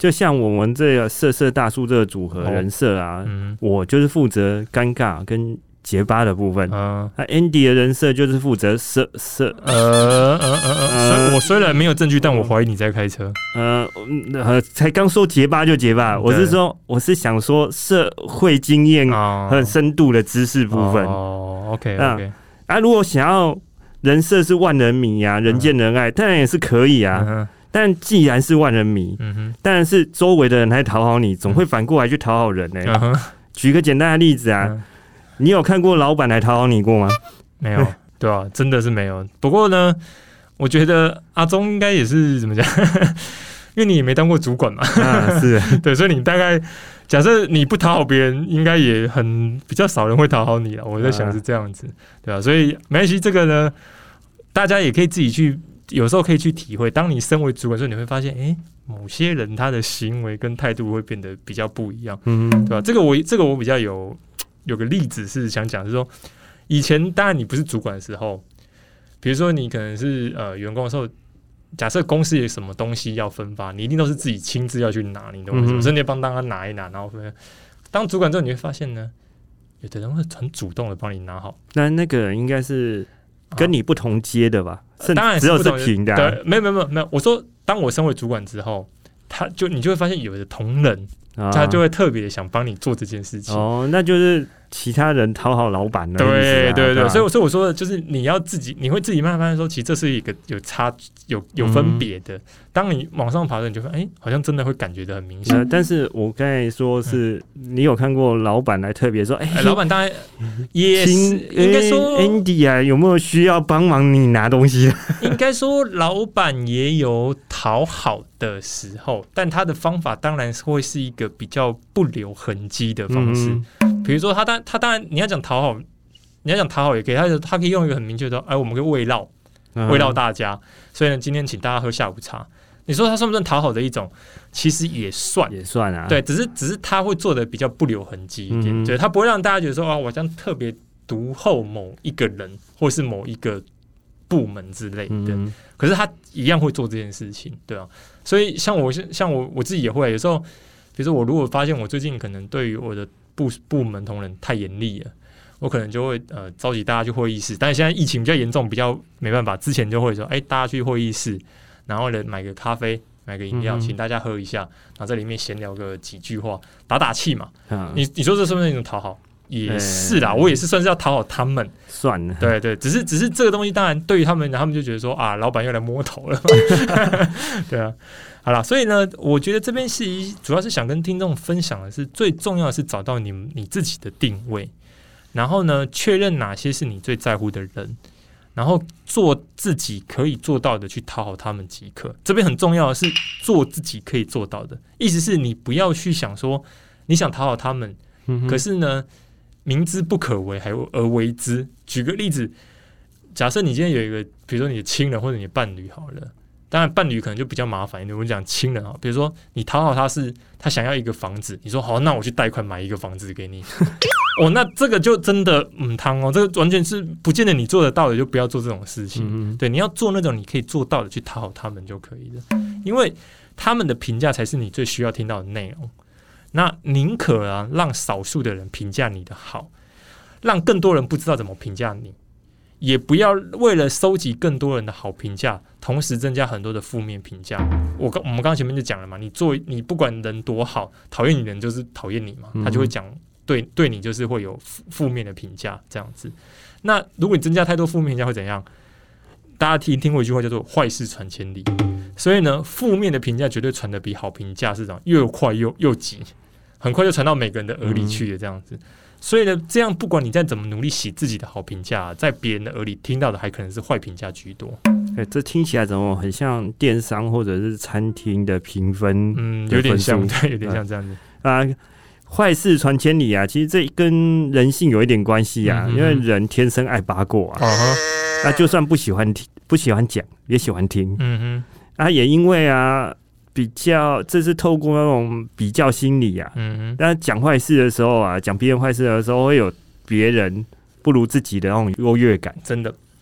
就像我们这个色色大叔这个组合人设啊、哦嗯，我就是负责尴尬跟结巴的部分，嗯，那 Andy 的人设就是负责色色， 呃呃呃呃，我虽然没有证据，但我怀疑你在开车， 呃呃，才刚说结巴就结巴，我是说我是想说社会经验很深度的知识部分， 哦 ，OK OK， 啊，如果想要人设是万人迷啊，人见人爱，当然也是可以啊。嗯，但既然是万人迷，嗯哼，当然是周围的人来讨好你，总会反过来去讨好人呢、欸嗯。举个简单的例子啊，嗯、你有看过老板来讨好你过吗？ 没有，对啊，真的是没有。不过呢，我觉得阿中应该也是怎么讲，因为你也没当过主管嘛， 啊、是对，所以你大概假设你不讨好别人，应该也很比较少人会讨好你了。我在想是这样子，对啊，所以没关系，这个呢，大家也可以自己去。有时候可以去体会，当你身为主管的时候，你会发现，哎、欸，某些人他的行为跟态度会变得比较不一样，嗯，对吧？这个我这个我比较有有个例子是想讲，是说以前当然你不是主管的时候，比如说你可能是呃员工的时候，假设公司有什么东西要分发，你一定都是自己亲自要去拿，你懂吗？甚至帮大家拿一拿，然后分。当主管之后，你会发现呢，有的人会很主动的帮你拿好， 那那个人应该是跟你不同阶的吧？ 呃、当然只有是平的、啊， 对，没有没有没有。我说，当我身为主管之后，他就你就会发现，有的同仁、啊、他就会特别想帮你做这件事情。 哦，那就是其他人讨好老板的、啊。 对对 对, 對，所以所以我说的就是你要自己，你会自己慢慢发现说，其实这是一个有差有有分别的。嗯、当你往上爬的，你就会哎、欸，好像真的会感觉得很明显、 呃。但是我刚才说是、嗯、你有看过老板来特别说，哎、欸欸， 老板当然也是应该说 Andy 啊，有没有需要帮忙你拿东西？ 应该说老板也有讨好的时候，但他的方法当然会是一个比较不留痕迹的方式。嗯、比如说他当他当然你要讲讨好，你要讲讨好也可以，他他可以用一个很明确的说，哎，我们可以慰劳慰劳大家，所以呢，今天请大家喝下午茶。你说他算不算讨好的一种？其实也算， 也算啊。 对，只是只是他会做的比较不留痕迹一点，对、嗯，他不会让大家觉得说啊，我这样特别独厚某一个人，或是某一个部门之类的。嗯、可是他一样会做这件事情，对啊。所以像我像我我自己也会，有时候，比如说我如果发现我最近可能对于我的部部门同仁太严厉了。我可能就会呃召集大家去会议室，但是现在疫情比较严重，比较没办法。之前就会说，哎、欸，大家去会议室，然后呢买个咖啡，买个饮料，请大家喝一下，然后在里面闲聊个几句话，打打气嘛。嗯、你你说这是不是一种讨好？也是啦，我也是算是要讨好他们。 算了， 对对，只是只是这个东西，当然对于他们，他们就觉得说啊，老板又来摸头了。对啊，好啦，所以呢，我觉得这边是主要是想跟听众分享的是，最重要的是找到你你自己的定位。然后呢，确认哪些是你最在乎的人，然后做自己可以做到的去讨好他们即可。这边很重要的是做自己可以做到的，意思是你不要去想说你想讨好他们，嗯、可是呢明知不可为还而为之。举个例子，假设你今天有一个，比如说你的亲人或者你的伴侣好了。当然，伴侣可能就比较麻烦一点。我们讲亲人啊，比如说你讨好他是他想要一个房子，你说好，那我去贷款买一个房子给你。哦，那这个就真的嗯汤哦，这个完全是不见得你做得到的，就不要做这种事情。嗯、对，你要做那种你可以做到的，去讨好他们就可以了，因为他们的评价才是你最需要听到的内容。那宁可啊，让少数的人评价你的好，让更多人不知道怎么评价你。也不要为了收集更多人的好评价，同时增加很多的负面评价。我刚我们刚刚前面就讲了嘛，你做你不管人多好，讨厌你的人就是讨厌你嘛，他就会讲对对你就是会有负面的评价这样子。那如果你增加太多负面评价会怎样？大家听听过一句话叫做坏事传千里，所以呢，负面的评价绝对传得比好评价是这样又快又又急，很快就传到每个人的耳里去了这样子。所以呢，这样不管你再怎么努力洗自己的好评价，在别人的耳里听到的还可能是坏评价居多。 欸，这听起来怎么很像电商或者是餐厅的评分？ 嗯，有点像，对，有点像这样子啊。坏事传千里啊，其实这跟人性有一点关系啊，嗯、因为人天生爱八卦啊，那、uh-huh 啊、就算不喜欢听、不喜欢讲，也喜欢听。嗯哼，啊，也因为啊。比较，这是透过那种比较心理啊。嗯，但讲坏事的时候啊，讲别人坏事的时候，会有别人不如自己的那种优越感。 真的，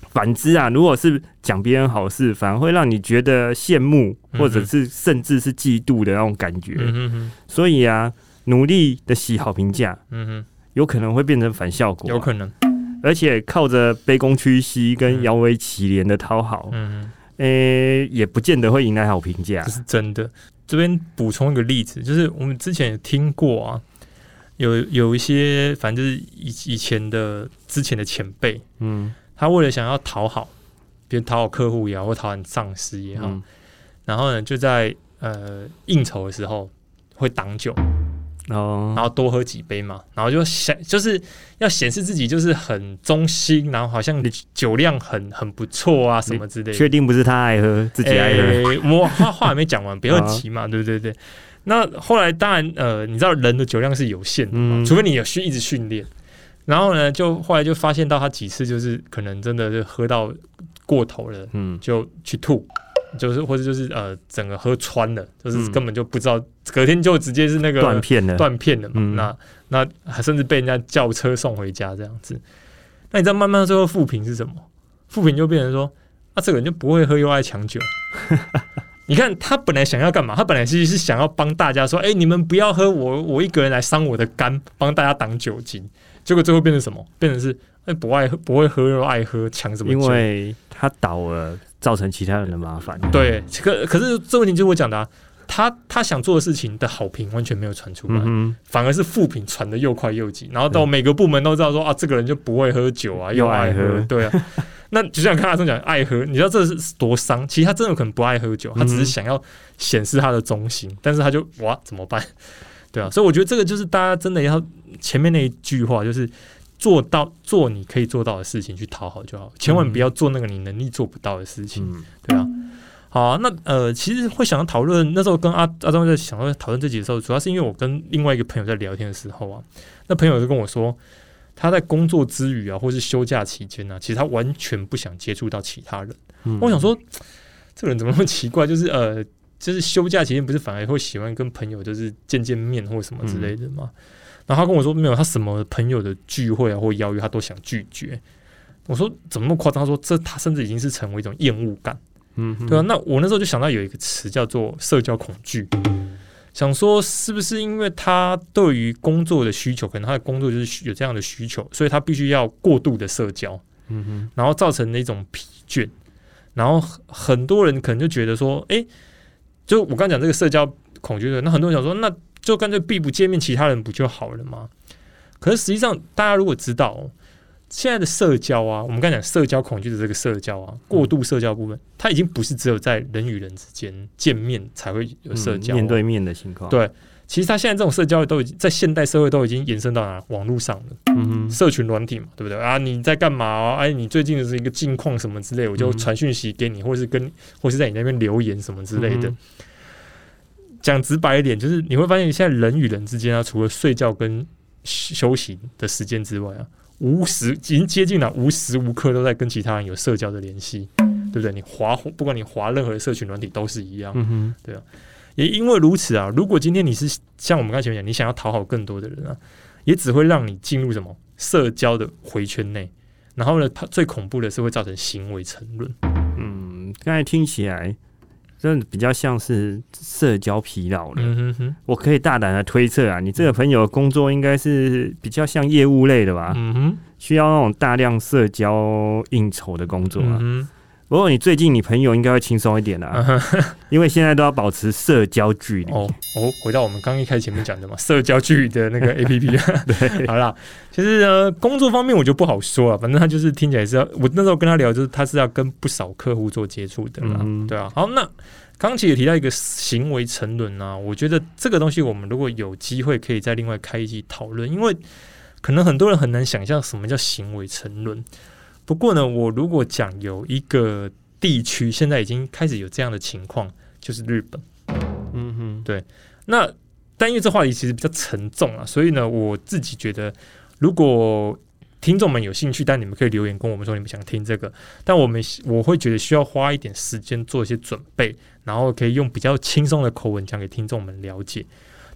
反之啊，如果是讲别人好事，反而会让你觉得羡慕，或者是甚至是嫉妒的那种感觉。嗯哼哼，所以啊，努力的洗好评价，嗯哼，有可能会变成反效果、啊， 有可能。 而且靠着卑躬屈膝跟摇尾乞怜的讨好，嗯，诶、欸，也不见得会迎来好评价。 这是真的。这边补充一个例子，就是我们之前有听过啊，有有一些反正就是以以前的之前的前辈，嗯，他为了想要讨好，比如讨好客户也好，或讨好上司也好，嗯、然后呢就在呃应酬的时候会挡酒。哦，然后多喝几杯嘛，然后就想就是要显示自己就是很忠心，然后好像酒量很很不错啊什么之类的。 确定不是他爱喝，自己爱喝？ 欸、我话话还没讲完，不要急嘛，对对对。那后来当然呃，你知道人的酒量是有限的嘛，嗯、除非你有训一直训练。然后呢，就后来就发现到他几次就是可能真的是喝到过头了，嗯，就去吐。就是或者就是呃，整个喝穿了，就是根本就不知道，隔天就直接是那个断片了， 断片了嘛。嗯、那那还甚至被人家叫车送回家这样子。那你知道慢慢最后负评是什么？负评就变成说，啊，这个人就不会喝又爱抢酒。你看他本来想要干嘛？他本来其实是想要帮大家说，哎、欸，你们不要喝我，我一个人来伤我的肝，帮大家挡酒精。结果最后变成什么？变成是哎、欸、不爱喝，不会喝又爱喝，抢什么酒？ 因为他倒了。造成其他人的麻烦。 对，可可是这问题就是我讲的、啊，他他想做的事情的好评完全没有传出来，嗯、反而是负评传的又快又急，然后到每个部门都知道说啊，这个人就不会喝酒啊，又爱喝，对啊。那就像看阿松讲爱喝，你知道这是多伤？其实他真的可能不爱喝酒，他只是想要显示他的忠心，但是他就哇怎么办？对啊，所以我觉得这个就是大家真的要前面那一句话就是。做到做你可以做到的事情去讨好就好，千万不要做那个你能力做不到的事情，嗯、对啊。好啊，那呃，其实会想要讨论，那时候跟阿阿忠在想要讨论这集的时候，主要是因为我跟另外一个朋友在聊天的时候啊，那朋友就跟我说，他在工作之余啊，或是休假期间啊，其实他完全不想接触到其他人。嗯、我想说，这个人怎么那么奇怪？就是呃，就是休假期间不是反而会喜欢跟朋友就是见见面或什么之类的吗？嗯然后他跟我说没有，他什么朋友的聚会啊或邀约他都想拒绝。我说怎么那么夸张？他说这他甚至已经是成为一种厌恶感。嗯，对啊。那我那时候就想到有一个词叫做社交恐惧，想说是不是因为他对于工作的需求，可能他的工作就是有这样的需求，所以他必须要过度的社交，嗯哼，然后造成那种疲倦。然后很多人可能就觉得说，哎，就我刚讲这个社交恐惧的，那很多人想说那。就干脆避不见面，其他人不就好了吗？可是实际上，大家如果知道、哦、现在的社交啊，我们刚才讲社交恐惧的这个社交啊，过度社交部分，它已经不是只有在人与人之间见面才会有社交、哦嗯，面对面的情况。 对，其实它现在这种社交都已经在现代社会都已经延伸到哪网络上了，嗯哼，社群软体嘛，对不对啊？你在干嘛、哦？哎，你最近的是一个近况什么之类，我就传讯息给你，或是跟或是在你那边留言什么之类的。嗯讲直白一点，就是你会发现，现在人与人之间啊，除了睡觉跟休息的时间之外啊，无时已经接近了无时无刻都在跟其他人有社交的联系，对不对？你滑，不管你滑任何的社群软体都是一样，嗯哼，对啊。也因为如此啊，如果今天你是像我们刚才前面讲，你想要讨好更多的人啊，也只会让你进入什么社交的回圈内，然后呢，最恐怖的是会造成行为沉沦。 嗯，刚才听起来。真的比较像是社交疲劳了、嗯哼哼。我可以大胆的推测啊，你这个朋友的工作应该是比较像业务类的吧？嗯哼，需要那种大量社交应酬的工作啊。嗯、不过你最近你朋友应该会轻松一点啦、啊，嗯、因为现在都要保持社交距离。 哦哦，回到我们刚一开始前面讲的嘛，社交距离的那个 A P P 对，好啦，其实呢，工作方面我就不好说了，反正他就是听起来是要，我那时候跟他聊，就是他是要跟不少客户做接触的啦，嗯、对啊。好，那刚刚其实也提到一个行为沉沦啊，我觉得这个东西我们如果有机会可以再另外开一集讨论，因为可能很多人很难想象什么叫行为沉沦。不过呢，我如果讲有一个地区现在已经开始有这样的情况，就是日本。嗯哼，对。那但因为这话题其实比较沉重啊，所以呢，我自己觉得，如果听众们有兴趣，但你们可以留言跟我们说你们想听这个，但我们我会觉得需要花一点时间做一些准备，然后可以用比较轻松的口吻讲给听众们了解。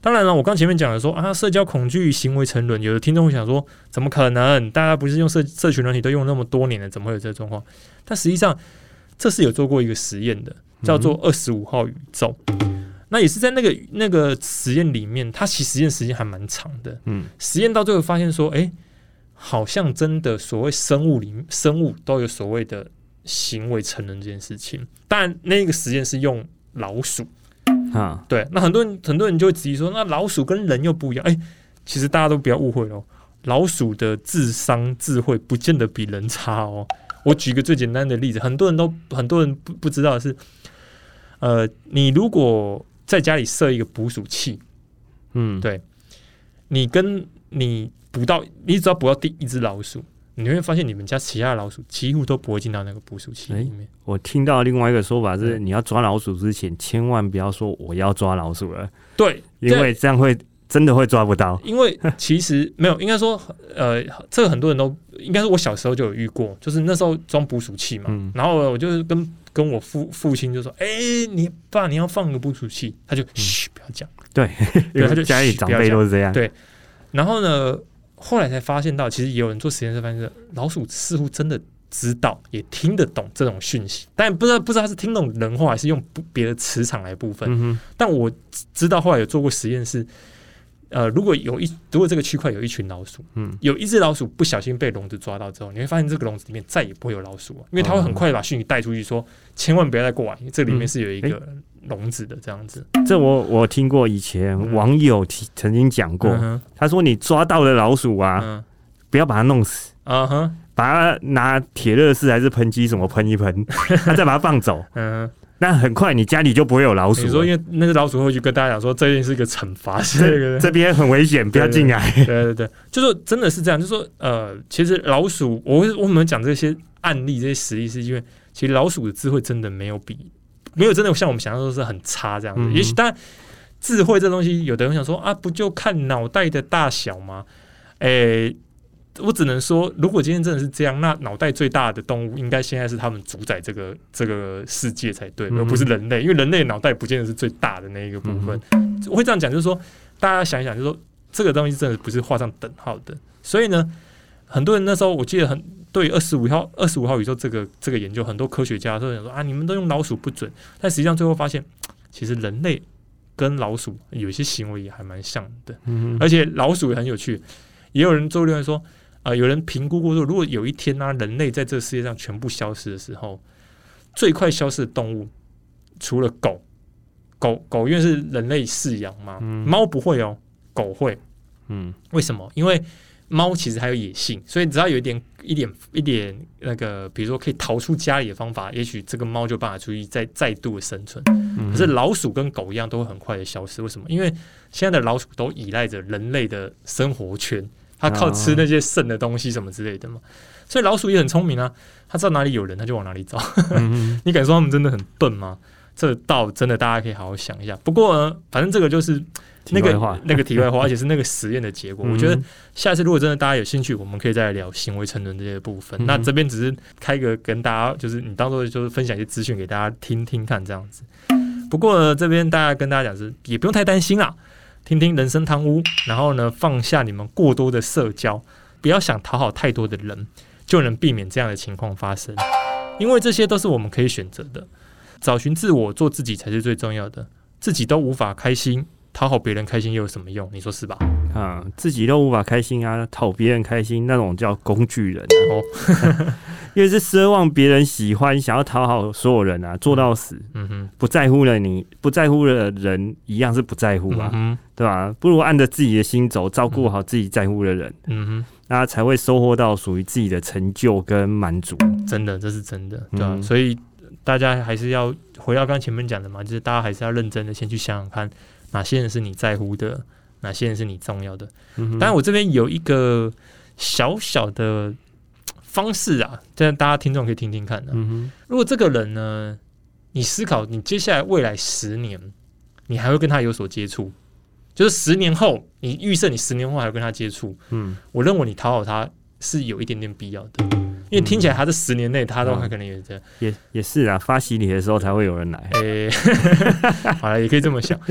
当然了，我刚前面讲的说啊，社交恐惧行为沉沦，有的听众会想说，怎么可能？大家不是用社社群软体都用了那么多年了，怎么会有这个状况？但实际上，这是有做过一个实验的，叫做二十五号宇宙。嗯、那也是在那个那个实验里面，它其实实验时间还蛮长的。嗯，实验到最后发现说，哎、欸，好像真的所谓生物里生物都有所谓的行为沉沦这件事情。当然，那个实验是用老鼠。啊，对，那很多人很多人就会质疑说，那老鼠跟人又不一样。哎、欸，其实大家都不要误会咯，老鼠的智商智慧不见得比人差哦。我举个最简单的例子，很多人都很多人不不知道的是，呃，你如果在家里设一个捕鼠器，嗯，对，你跟你捕到，你只要捕到第一只老鼠，你会发现你们家其他的老鼠几乎都不会进到那个捕鼠器里面。欸、 我听到另外一个说法是，你要抓老鼠之前，千万不要说我要抓老鼠了。 对， 因为这样会真的会抓不到。 因为其实没有，应该说，呃，这个很多人都应该是我小时候就有遇过，就是那时候装捕鼠器嘛，嗯、然后我就跟跟我父父亲就说：“哎、欸，你爸你要放个捕鼠器。”他就嘘、嗯、不要讲。 对，对，他就家里长辈都是这样。 对，然后呢？后来才发现到，其实也有人做实验室发现，老鼠似乎真的知道，也听得懂这种讯息，但不知道不知道他是听懂人话，还是用别的磁场来部分。嗯、但我知道后来有做过实验是，呃，如果有一如果这个区块有一群老鼠，嗯，有一只老鼠不小心被笼子抓到之后，你会发现这个笼子里面再也不会有老鼠了，因为它会很快把讯息带出去说，说千万不要再过来，这里面是有一个笼子的这样子。 这我我听过，以前网友曾经讲过，嗯、他说你抓到的老鼠啊，嗯、不要把它弄死，啊哈，把它拿铁热式还是喷剂什么喷一喷，他再把它放走。嗯。那很快你家里就不会有老鼠了。 你说因为那个老鼠会去跟大家讲说这件是一个惩罚，这这边很危险，不要进来。 对对 对, 对，就说真的是这样，就说呃，其实老鼠，我我们讲这些案例、这些实例，是因为其实老鼠的智慧真的没有比没有真的像我们想象中是很差这样子。嗯、也许当然智慧这东西，有的人想说啊，不就看脑袋的大小吗？哎、欸。我只能说，如果今天真的是这样，那脑袋最大的动物应该现在是他们主宰这个这个世界才对，而不是人类，因为人类脑袋不见得是最大的那一个部分。嗯、我会这样讲，就是说，大家想一想，就是说，这个东西真的不是画上等号的。所以呢，很多人那时候我记得很对二十五号二十五号宇宙这个这个研究，很多科学家都想说啊，你们都用老鼠不准，但实际上最后发现，其实人类跟老鼠有一些行为也还蛮像的，嗯、而且老鼠也很有趣，也有人做另外说。呃，有人评估过说，如果有一天呢、啊，人类在这个世界上全部消失的时候，最快消失的动物除了狗，狗狗因为是人类饲养嘛，猫、嗯、不会哦，狗会。嗯，为什么？因为猫其实还有野性，所以只要有一点一点一点那个，比如说可以逃出家里的方法，也许这个猫就有办法出去再再度的生存。嗯、可是老鼠跟狗一样，都会很快的消失。为什么？因为现在的老鼠都依赖着人类的生活圈。它靠吃那些剩的东西什么之类的嘛，所以老鼠也很聪明啊，它知道哪里有人，它就往哪里找。嗯、你敢说他们真的很笨吗？这倒真的大家可以好好想一下。不过呢，反正这个就是那个那个题外话，而且是那个实验的结果。我觉得下次如果真的大家有兴趣，我们可以再来聊行为沉沦这些部分。嗯、那这边只是开个跟大家，就是你当做就是分享一些资讯给大家听听看这样子。不过呢，这边大家跟大家讲是也不用太担心啦。听听人生汤屋，然后呢，放下你们过多的社交，不要想讨好太多的人，就能避免这样的情况发生。因为这些都是我们可以选择的，找寻自我，做自己才是最重要的。自己都无法开心，讨好别人开心又有什么用？你说是吧？ 啊，自己都无法开心啊，讨别人开心那种叫工具人、啊。哦，因为是奢望别人喜欢，想要讨好所有人啊，做到死。嗯哼，不在乎了你，不在乎的人一样是不在乎吧？嗯、对吧？不如按着自己的心走，照顾好自己在乎的人。嗯哼，那才会收获到属于自己的成就跟满足。 真的，这是真的，对吧、啊？嗯、所以大家还是要回到刚前面讲的嘛，就是大家还是要认真的先去想想看，哪些人是你在乎的。哪些人是你重要的？嗯、当然，我这边有一个小小的方式啊，这样大家听众可以听听看的、啊。嗯、如果这个人呢，你思考你接下来未来十年，你还会跟他有所接触，就是十年后，你预设你十年后还会跟他接触。嗯，我认为你讨好他是有一点点必要的，因为听起来他这十年内他都还可能也这样。 也也是啊，发洗礼的时候才会有人来。欸、 好了，也可以这么想。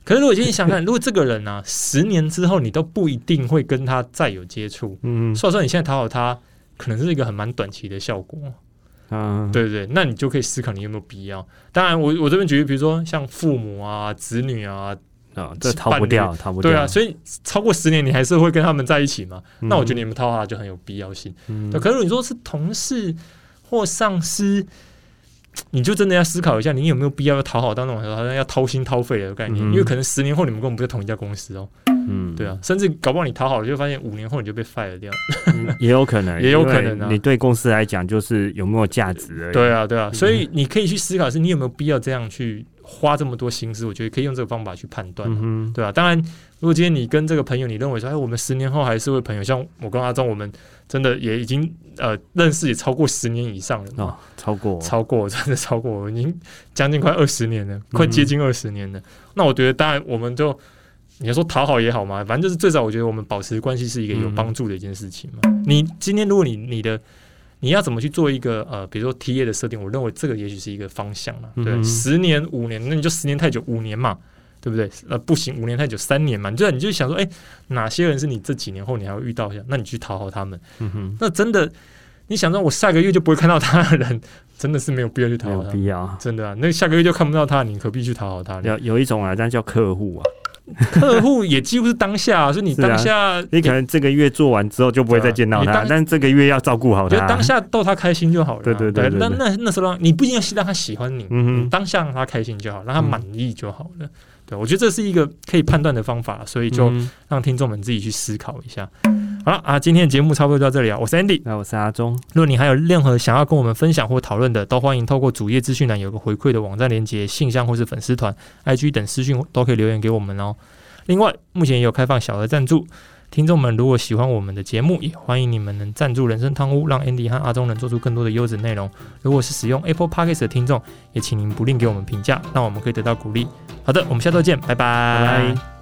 可是如果今天想看，如果这个人啊，十年之后你都不一定会跟他再有接触，嗯，所以说你现在讨好他，可能是一个很蛮短期的效果。嗯，对对对，那你就可以思考你有没有必要。当然我，我我这边举例，比如说像父母啊、子女啊， 啊、哦，这逃不掉，逃不掉。 对啊，所以超过十年，你还是会跟他们在一起嘛？嗯、那我觉得你们讨好他就很有必要性。嗯，对。可是你说是同事或上司，你就真的要思考一下，你有没有必要讨好到那种好像要掏心掏肺的概念？嗯、因为可能十年后你们根本不在同一家公司哦。嗯，对啊，甚至搞不好你讨好了，就发现五年后你就被 fire 掉， 嗯、也有可能， 也有可能啊。 你对公司来讲，就是有没有价值而已。 对啊，对啊，所以你可以去思考，是你有没有必要这样去花这么多心思？我觉得可以用这个方法去判断、啊嗯，对啊。当然，如果今天你跟这个朋友，你认为说，哎，我们十年后还是会朋友，像我跟阿忠，我们真的也已经呃认识也超过十年以上了哦，超过， 超过，真的超过，我已经将近快二十年了，快接近二十年了、嗯。那我觉得，当然我们就。你要说讨好也好嘛，反正就是最早我觉得我们保持关系是一个有帮助的一件事情嘛。嗯、你今天如果你你的你要怎么去做一个呃，比如说 T A 的设定，我认为这个也许是一个方向嘛。对，嗯、十年五年，那你就十年太久，五年嘛，对不对？呃，不行，五年太久，三年嘛。就你就想说，哎、欸，哪些人是你这几年后你还会遇到一下？那你去讨好他们。嗯哼，那真的，你想说我下个月就不会看到他的人，真的是没有必要去讨好他。 没有必要， 真的啊，那下个月就看不到他，你何必去讨好他？ 有有一种啊，但叫客户啊。 客户也几乎是当下、啊，所以你当下、 啊，你可能这个月做完之后就不会再见到他，啊、但这个月要照顾好他， 当下逗他开心就好了、啊。 对对 对, 对, 对，那那那时候让你不一定要让他喜欢你，嗯、你当下让他开心就好，让他满意就好了。嗯、对，我觉得这是一个可以判断的方法，所以就让听众们自己去思考一下。好了啊，今天的节目差不多就到这里啊。我是 Andy， 那我是阿忠。 如果你还有任何想要跟我们分享或讨论的，都欢迎透过主页资讯栏有个回馈的网站连结、信箱或是粉丝团、I G 等私讯都可以留言给我们哦。另外，目前也有开放小额赞助，听众们如果喜欢我们的节目，也欢迎你们能赞助人生汤屋，让 Andy 和阿忠能做出更多的优质内容。如果是使用 Apple Podcast 的听众，也请您不吝给我们评价，让我们可以得到鼓励。好的，我们下周见，拜拜。 拜拜。